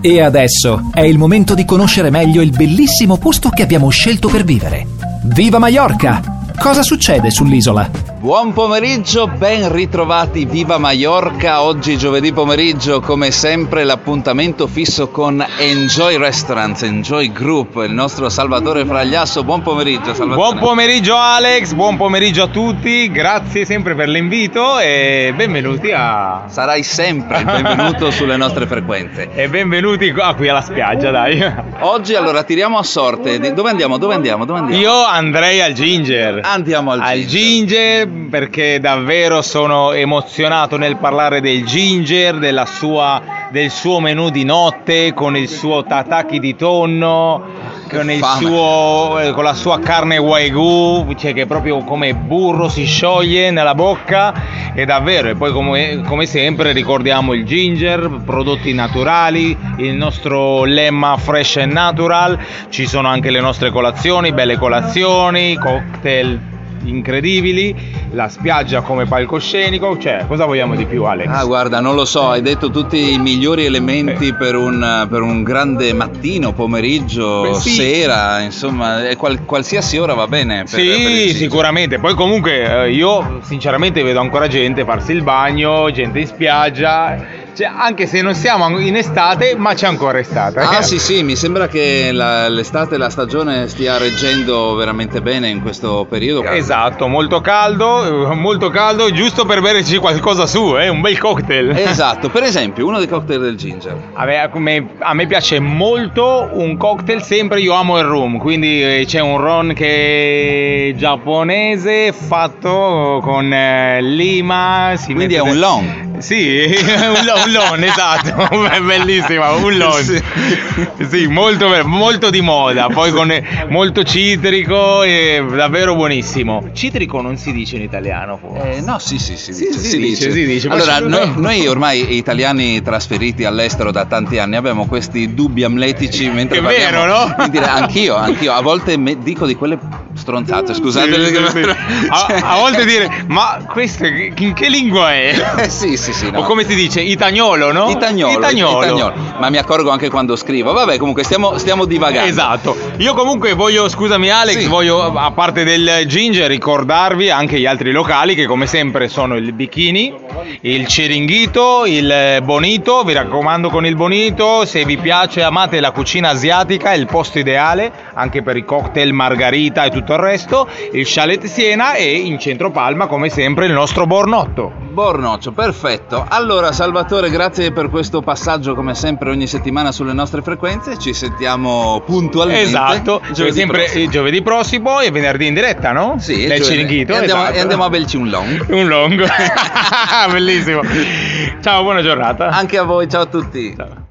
E adesso è il momento di conoscere meglio il bellissimo posto che abbiamo scelto per vivere. Viva Maiorca! Cosa succede sull'isola? Buon pomeriggio, ben ritrovati, viva Maiorca. Oggi giovedì pomeriggio, come sempre, l'appuntamento fisso con Enjoy Restaurants, Enjoy Group, il nostro Salvatore Fragliasso. Buon pomeriggio, Salvatore. Buon pomeriggio Alex, buon pomeriggio a tutti, grazie sempre per l'invito e benvenuti a... Sarai sempre il benvenuto sulle nostre frequenze. E benvenuti qui alla spiaggia, dai. Oggi allora tiriamo a sorte, dove andiamo? Io andrei al Ginger. Andiamo al Ginger perché davvero sono emozionato nel parlare del Ginger, del suo menù di notte con il suo tataki di tonno, con la sua carne wagyu, cioè che proprio come burro si scioglie nella bocca, e davvero. E poi come sempre ricordiamo il Ginger, prodotti naturali, il nostro lemma fresh and natural, ci sono anche le nostre colazioni, belle colazioni, cocktail incredibili, la spiaggia come palcoscenico, cioè cosa vogliamo di più, Alex? Ah, guarda, non lo so, hai detto tutti i migliori elementi per un grande mattino, pomeriggio, sì, sera, insomma, qualsiasi ora va bene per sicuramente. Poi comunque io sinceramente vedo ancora gente farsi il bagno, gente in spiaggia, cioè, anche se non siamo in estate, ma c'è ancora estate. Ah sì, mi sembra che l'estate, la stagione stia reggendo veramente bene in questo periodo. Esatto, molto caldo, giusto per berci qualcosa su, un bel cocktail. Esatto, per esempio uno dei cocktail del Ginger. A me piace molto un cocktail, sempre io amo il rum, quindi c'è un ron che è giapponese fatto con lima. Quindi è un long. Sì, un long, esatto, bellissima, un long. Sì, molto di moda, poi con molto citrico e davvero buonissimo. Citrico non si dice in italiano, forse? No, si dice. Allora, noi ormai italiani trasferiti all'estero da tanti anni abbiamo questi dubbi amletici mentre parliamo. È vero, no? Dire, anch'io, a volte dico di quelle stronzate, scusate. Sì. A volte dire, ma questo in che lingua è? Sì, no. O come si dice? Itagnolo, no? Itagnolo. Ma mi accorgo anche quando scrivo. Vabbè, comunque stiamo divagando. Esatto. Io comunque voglio, scusami Alex, voglio, a parte del Ginger, ricordarvi anche gli altri locali che come sempre sono il Bikini, il Chiringuito, il Bonito. Vi raccomando, con il Bonito, se vi piace, amate la cucina asiatica, è il posto ideale anche per i cocktail margarita e tutto il resto. Il Chalet Siena, e in centro Palma come sempre il nostro Bornoccio, perfetto. Allora Salvatore, grazie per questo passaggio come sempre ogni settimana sulle nostre frequenze, ci sentiamo puntualmente. Esatto, giovedì prossimo e venerdì in diretta, no? Sì, nel Chiringuito. E andiamo a berci un long. Un long. Bellissimo. Ciao, buona giornata. Anche a voi, ciao a tutti. Ciao.